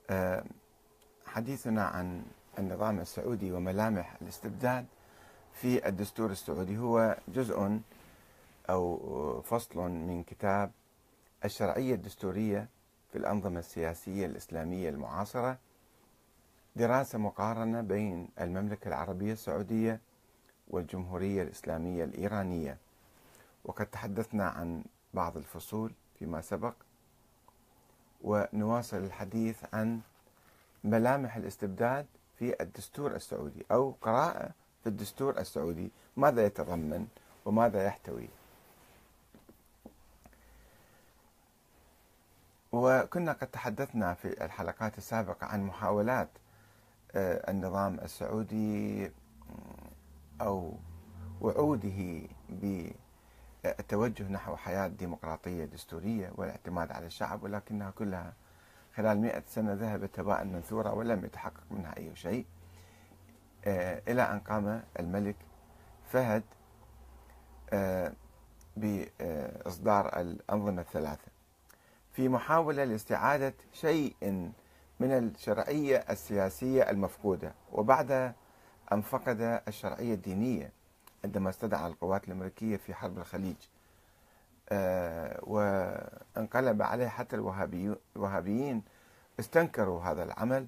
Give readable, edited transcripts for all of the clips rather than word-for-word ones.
آه، حديثنا عن النظام السعودي وملامح الاستبداد في الدستور السعودي هو جزء أو فصل من كتاب الشرعية الدستورية في الأنظمة السياسية الإسلامية المعاصرة، دراسة مقارنة بين المملكة العربية السعودية والجمهورية الإسلامية الإيرانية. وقد تحدثنا عن بعض الفصول فيما سبق، ونواصل الحديث عن ملامح الاستبداد في الدستور السعودي أو قراءة في الدستور السعودي، ماذا يتضمن وماذا يحتوي. وكنا قد تحدثنا في الحلقات السابقة عن محاولات النظام السعودي أو وعوده بالتوجه نحو حياة ديمقراطية دستورية والاعتماد على الشعب، ولكنها كلها خلال 100 سنة ذهبت هباء منثورا ولم يتحقق منها أي شيء، إلى أن قام الملك فهد بإصدار الأنظمة الثلاثة في محاولة لاستعادة شيء من الشرعية السياسية المفقودة، وبعد أن فقد الشرعية الدينية عندما استدعى القوات الأمريكية في حرب الخليج، وانقلب عليه حتى الوهابيين استنكروا هذا العمل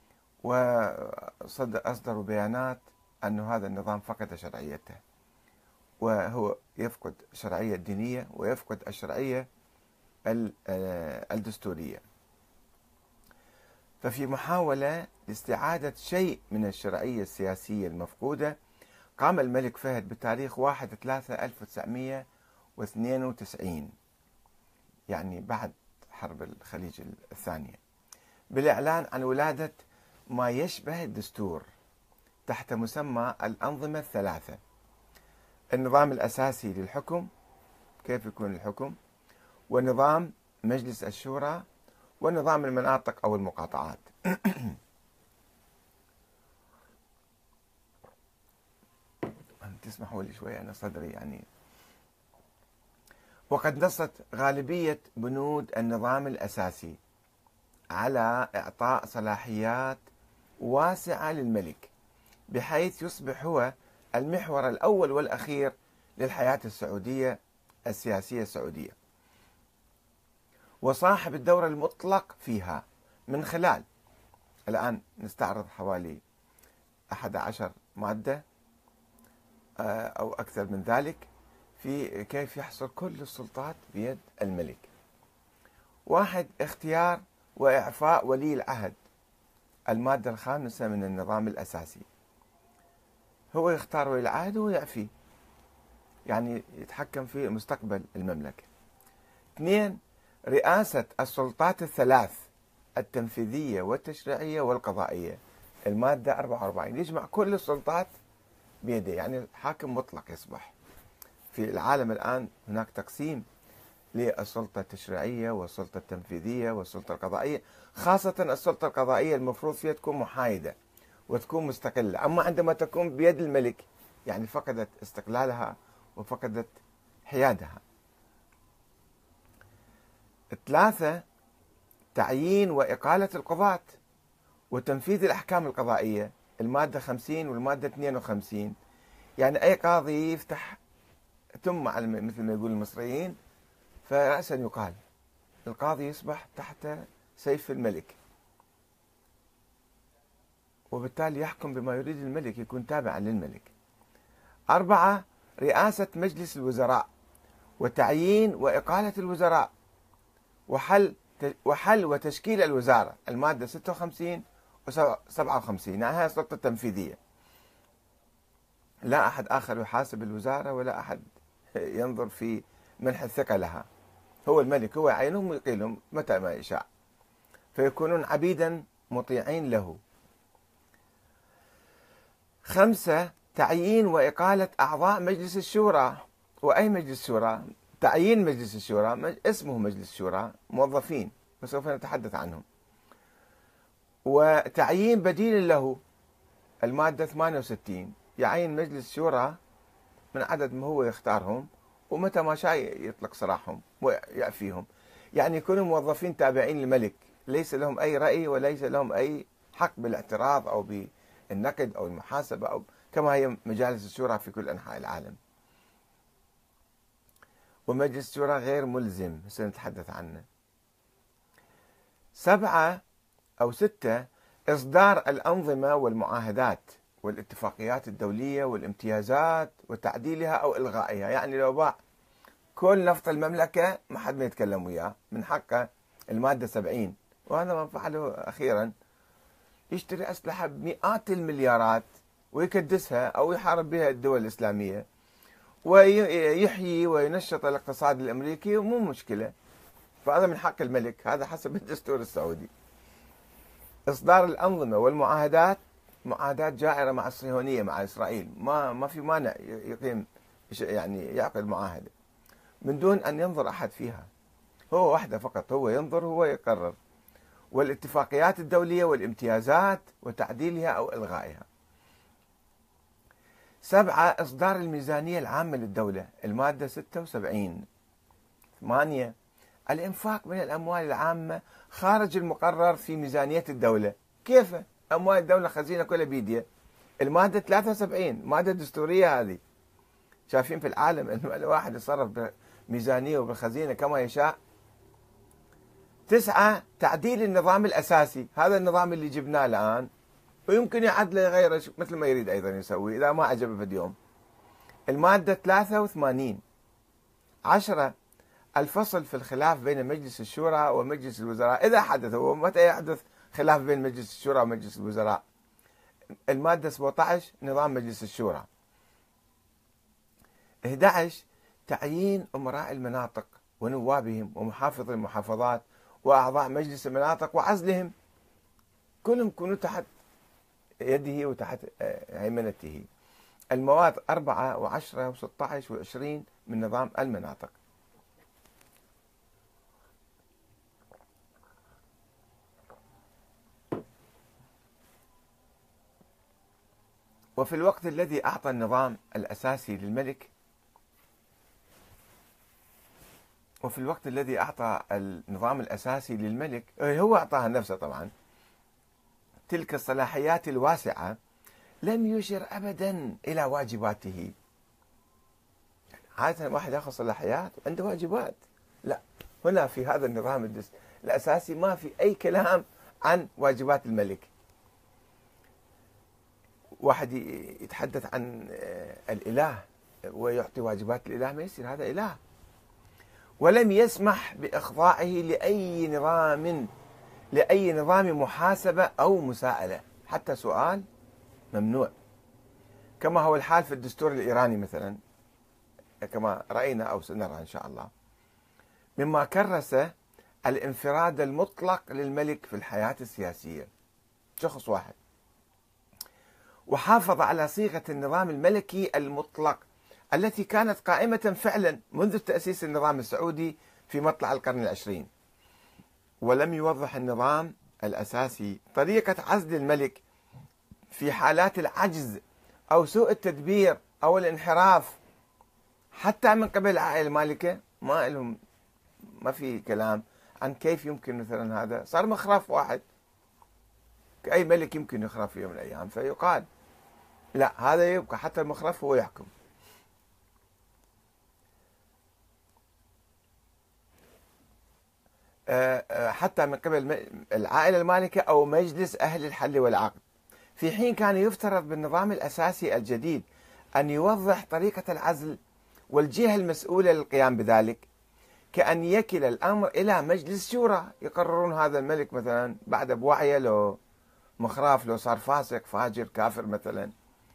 وأصدروا بيانات أن هذا النظام فقد شرعيته، وهو يفقد الشرعية الدينية ويفقد الشرعية الدستورية. ففي محاولة لاستعادة شيء من الشرعية السياسية المفقودة، قام الملك فهد بتاريخ 1/3/1992، يعني بعد حرب الخليج الثانية، بالإعلان عن ولادة ما يشبه الدستور تحت مسمى الأنظمة الثلاثة: النظام الأساسي للحكم، كيف يكون الحكم، ونظام مجلس الشورى، ونظام المناطق أو المقاطعات. تسمحوا لي شوي، أنا صدري يعني. وقد نصت غالبية بنود النظام الأساسي على إعطاء صلاحيات واسعة للملك، بحيث يصبح هو المحور الأول والأخير للحياة السعودية السياسية السعودية، وصاحب الدور المطلق فيها، من خلال الآن نستعرض حوالي 11 مادة أو أكثر من ذلك في كيف يحصل كل السلطات بيد الملك. 1. اختيار وإعفاء ولي العهد، المادة 5 من النظام الأساسي، هو يختار ولي العهد ويعفيه، يعني يتحكم في مستقبل المملكة. 2. رئاسة السلطات الثلاث: التنفيذية والتشريعية والقضائية، المادة 44، يجمع كل السلطات بيده، يعني حاكم مطلق يصبح. في العالم الآن هناك تقسيم للسلطة التشريعية والسلطة التنفيذية والسلطة القضائية، خاصة السلطة القضائية المفروض فيها تكون محايدة وتكون مستقلة، أما عندما تكون بيد الملك يعني فقدت استقلالها وفقدت حيادها. 3. تعيين وإقالة القضاة وتنفيذ الأحكام القضائية، المادة 50 والمادة 52، يعني أي قاضي يفتح ثم مثل ما يقول المصريين فرأسا يقال، القاضي يصبح تحت سيف الملك، وبالتالي يحكم بما يريد الملك، يكون تابعا للملك. 4. رئاسة مجلس الوزراء وتعيين وإقالة الوزراء وحل وتشكيل الوزارة، المادة 56 و57، يعني هذه السلطة التنفيذية، لا أحد آخر يحاسب الوزارة ولا أحد ينظر في منح الثقة لها، هو الملك هو يعينهم ويقيلهم متى ما يشاء، فيكونون عبيدا مطيعين له. 5. تعيين وإقالة أعضاء مجلس الشورى. وأي مجلس شورى؟ تعيين مجلس الشورى اسمه مجلس شورى، موظفين وسوف نتحدث عنهم، وتعيين بديل له، المادة 68، يعين مجلس شورى من عدد ما هو يختارهم، ومتى ما شاء يطلق سراحهم ويعفيهم، يعني يكونوا موظفين تابعين للملك ليس لهم أي رأي وليس لهم أي حق بالاعتراض أو بالنقد أو المحاسبة أو كما هي مجالس الشورى في كل أنحاء العالم. ومجلس الشورى غير ملزم سنتحدث عنه. 7 أو 6 إصدار الأنظمة والمعاهدات والاتفاقيات الدولية والامتيازات وتعديلها أو إلغائها. يعني لو باع كل نفط المملكة ما حد ما يتكلم وياه، من حقه المادة 70، وهذا ما فعله أخيرا، يشتري أسلحة بمئات المليارات ويكدسها أو يحارب بها الدول الإسلامية ويحيي وينشط الاقتصاد الأمريكي ومو مشكلة، فهذا من حق الملك، هذا حسب الدستور السعودي. إصدار الأنظمة والمعاهدات، معاهدات جائرة مع الصهيونية مع إسرائيل، ما في مانع يقيم يعني يعقد معاهدة من دون أن ينظر أحد فيها، هو وحده فقط، هو ينظر هو يقرر. والاتفاقيات الدولية والامتيازات وتعديلها أو إلغائها. 7 إصدار الميزانية العامة للدولة، المادة 76. 8 الإنفاق من الأموال العامة خارج المقرر في ميزانية الدولة. كيف؟ أموال الدولة خزينة كلها بيديا. المادة 73 مادة دستورية هذه، شايفين في العالم أن الواحد يتصرف بميزانية وبالخزينة كما يشاء. 9 تعديل النظام الأساسي، هذا النظام اللي جبناه الآن ويمكن يعدله يغيره مثل ما يريد أيضا يسوي إذا ما عجبه في اليوم. المادة 83. 10 الفصل في الخلاف بين مجلس الشورى ومجلس الوزراء إذا حدث، ومتى يحدث خلاف بين مجلس الشورى ومجلس الوزراء؟ المادة 17 نظام مجلس الشورى. 11 تعيين أمراء المناطق ونوابهم ومحافظ المحافظات وأعضاء مجلس المناطق وعزلهم، كلهم يكونوا تحت يده وتحت هيمنته. المواد 4 و10 و16 و20 من نظام المناطق. وفي الوقت الذي أعطى النظام الأساسي للملك هو أعطاها نفسه طبعا تلك الصلاحيات الواسعة، لم يشر أبدا إلى واجباته. عادة واحد يأخذ صلاحيات عنده واجبات، لا، هنا في هذا النظام الأساسي ما في أي كلام عن واجبات الملك. واحد يتحدث عن الإله ويعطي واجبات الإله، ما يصير، هذا إله. ولم يسمح بإخضاعه لأي نظام محاسبة أو مساءلة، حتى سؤال ممنوع، كما هو الحال في الدستور الإيراني مثلا، كما رأينا أو سنرى إن شاء الله، مما كرس الانفراد المطلق للملك في الحياة السياسية، شخص واحد، وحافظ على صيغة النظام الملكي المطلق التي كانت قائمة فعلا منذ تأسيس النظام السعودي في مطلع القرن العشرين. ولم يوضح النظام الأساسي طريقة عزل الملك في حالات العجز أو سوء التدبير أو الانحراف حتى من قبل العائلة المالكة. ما في كلام عن كيف يمكن مثلا هذا صار مخرف واحد، أي ملك يمكن يخرف في يوم من الأيام، فيقال لا، هذا يبقى حتى المخرف هو يحكم. حتى من قبل العائلة المالكة أو مجلس أهل الحل والعقد، في حين كان يفترض بالنظام الأساسي الجديد أن يوضح طريقة العزل والجهة المسؤولة للقيام بذلك، كأن يكل الأمر إلى مجلس شورى يقررون هذا الملك مثلا بعد بوعيه لو مخراف، لو صار فاسق فاجر كافر مثلا،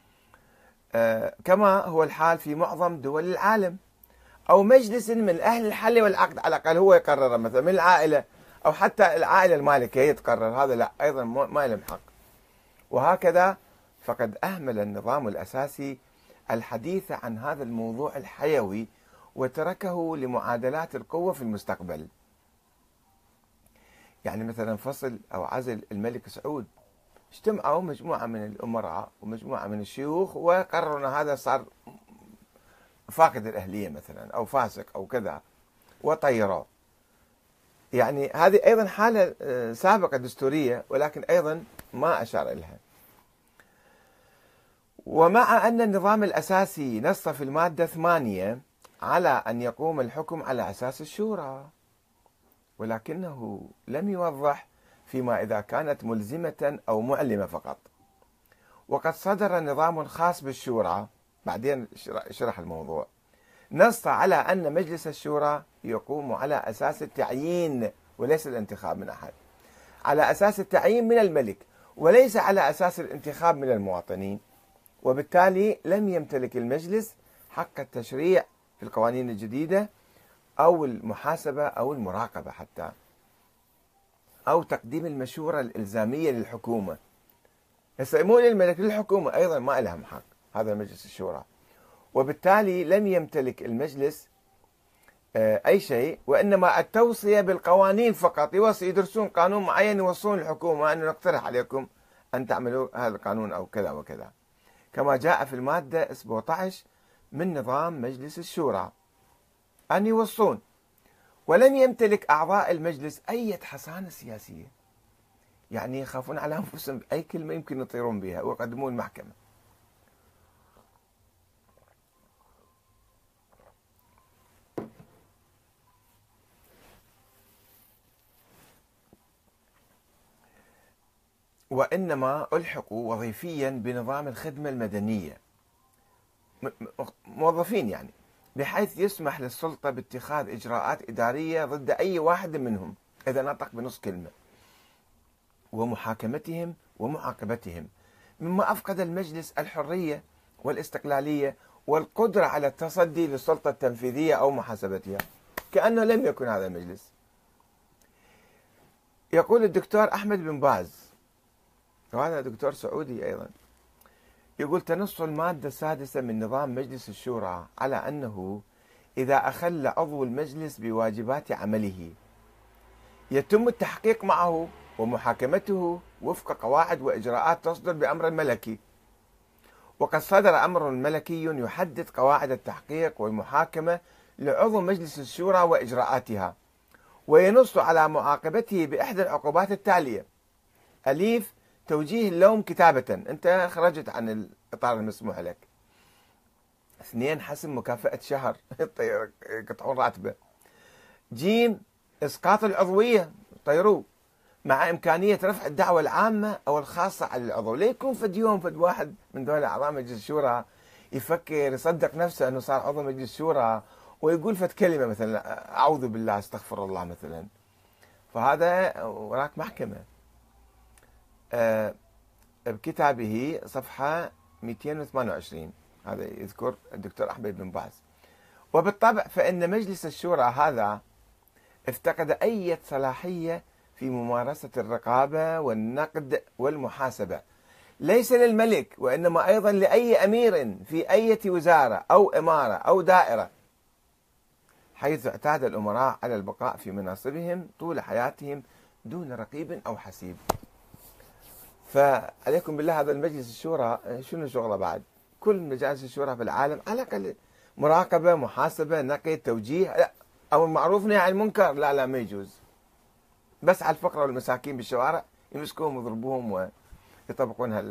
كما هو الحال في معظم دول العالم، أو مجلس من أهل الحل والعقد على الأقل هو يقرر مثلا من العائلة، أو حتى العائلة المالكة هي تقرر، هذا لا، أيضا ما لهم حق. وهكذا فقد أهمل النظام الأساسي الحديث عن هذا الموضوع الحيوي وتركه لمعادلات القوة في المستقبل. يعني مثلا فصل أو عزل الملك سعود، اجتمعوا مجموعة من الأمراء ومجموعة من الشيوخ وقرروا أن هذا صار فاقد الأهلية مثلا أو فاسق أو كذا وطيروه. يعني هذه أيضا حالة سابقة دستورية، ولكن أيضا ما أشار إليها. ومع أن النظام الأساسي نص في المادة 8 على أن يقوم الحكم على أساس الشورى، ولكنه لم يوضح فيما إذا كانت ملزمة أو معلمة فقط. وقد صدر نظام خاص بالشورى، بعدين شرح الموضوع، نص على أن مجلس الشورى يقوم على أساس التعيين وليس الانتخاب من أحد، على أساس التعيين من الملك وليس على أساس الانتخاب من المواطنين. وبالتالي لم يمتلك المجلس حق التشريع في القوانين الجديدة أو المحاسبة أو المراقبة حتى، أو تقديم المشورة الإلزامية للحكومة. هسه مو للملك، للحكومة أيضا ما لهم حق، هذا مجلس الشورى. وبالتالي لم يمتلك المجلس أي شيء، وإنما التوصية بالقوانين فقط. يدرسون قانون معين يوصون الحكومة أن نقترح عليكم أن تعملوا هذا القانون أو كذا وكذا، كما جاء في المادة 17 من نظام مجلس الشورى أن يوصون. ولم يمتلك أعضاء المجلس أي حصانة سياسية، يعني يخافون على أنفسهم أي كلمة يمكن يطيرون بها ويقدمون المحكمة. وإنما ألحقوا وظيفيا بنظام الخدمة المدنية، موظفين يعني، بحيث يسمح للسلطة باتخاذ إجراءات إدارية ضد أي واحد منهم إذا نطق بنص كلمة، ومحاكمتهم ومعاقبتهم، مما أفقد المجلس الحرية والاستقلالية والقدرة على التصدي للسلطة التنفيذية أو محاسبتها، كأنه لم يكن هذا المجلس. يقول الدكتور أحمد بن باز، وهذا دكتور سعودي أيضا، يقول: تنص المادة 6 من نظام مجلس الشورى على أنه إذا أخل عضو المجلس بواجبات عمله يتم التحقيق معه ومحاكمته وفق قواعد وإجراءات تصدر بأمر ملكي. وقد صدر أمر ملكي يحدد قواعد التحقيق والمحاكمة لعضو مجلس الشورى وإجراءاتها، وينص على معاقبته بإحدى العقوبات التالية: أليف، توجيه اللوم كتابة، أنت خرجت عن الإطار المسموح لك. 2، حسم مكافأة شهر يقطعون راتبه. جيم، إسقاط العضوية، طيروه، مع إمكانية رفع الدعوة العامة أو الخاصة على العضو. ليكون فد يوم فد واحد من دول أعضاء مجلس الشورى يفكر يصدق نفسه أنه صار عضو مجلس الشورى ويقول فد كلمة مثلا أعوذ بالله استغفر الله مثلا، فهذا وراك محكمة. بكتابه صفحة 228 هذا يذكر الدكتور أحمد بن باز. وبالطبع فإن مجلس الشورى هذا افتقد أي صلاحية في ممارسة الرقابة والنقد والمحاسبة، ليس للملك وإنما أيضا لأي أمير في أي وزارة أو إمارة أو دائرة، حيث اعتاد الأمراء على البقاء في مناصبهم طول حياتهم دون رقيب أو حسيب. فعليكم بالله، هذا المجلس الشورى شنو شغله بعد؟ كل مجالس الشورى في العالم على الأقل مراقبة، محاسبة، نقد، توجيه، لا، أو المعروف نهي عن المنكر، لا ما يجوز. بس على الفقراء والمساكين بالشوارع يمسكوهم ويضربوهم ويطبقون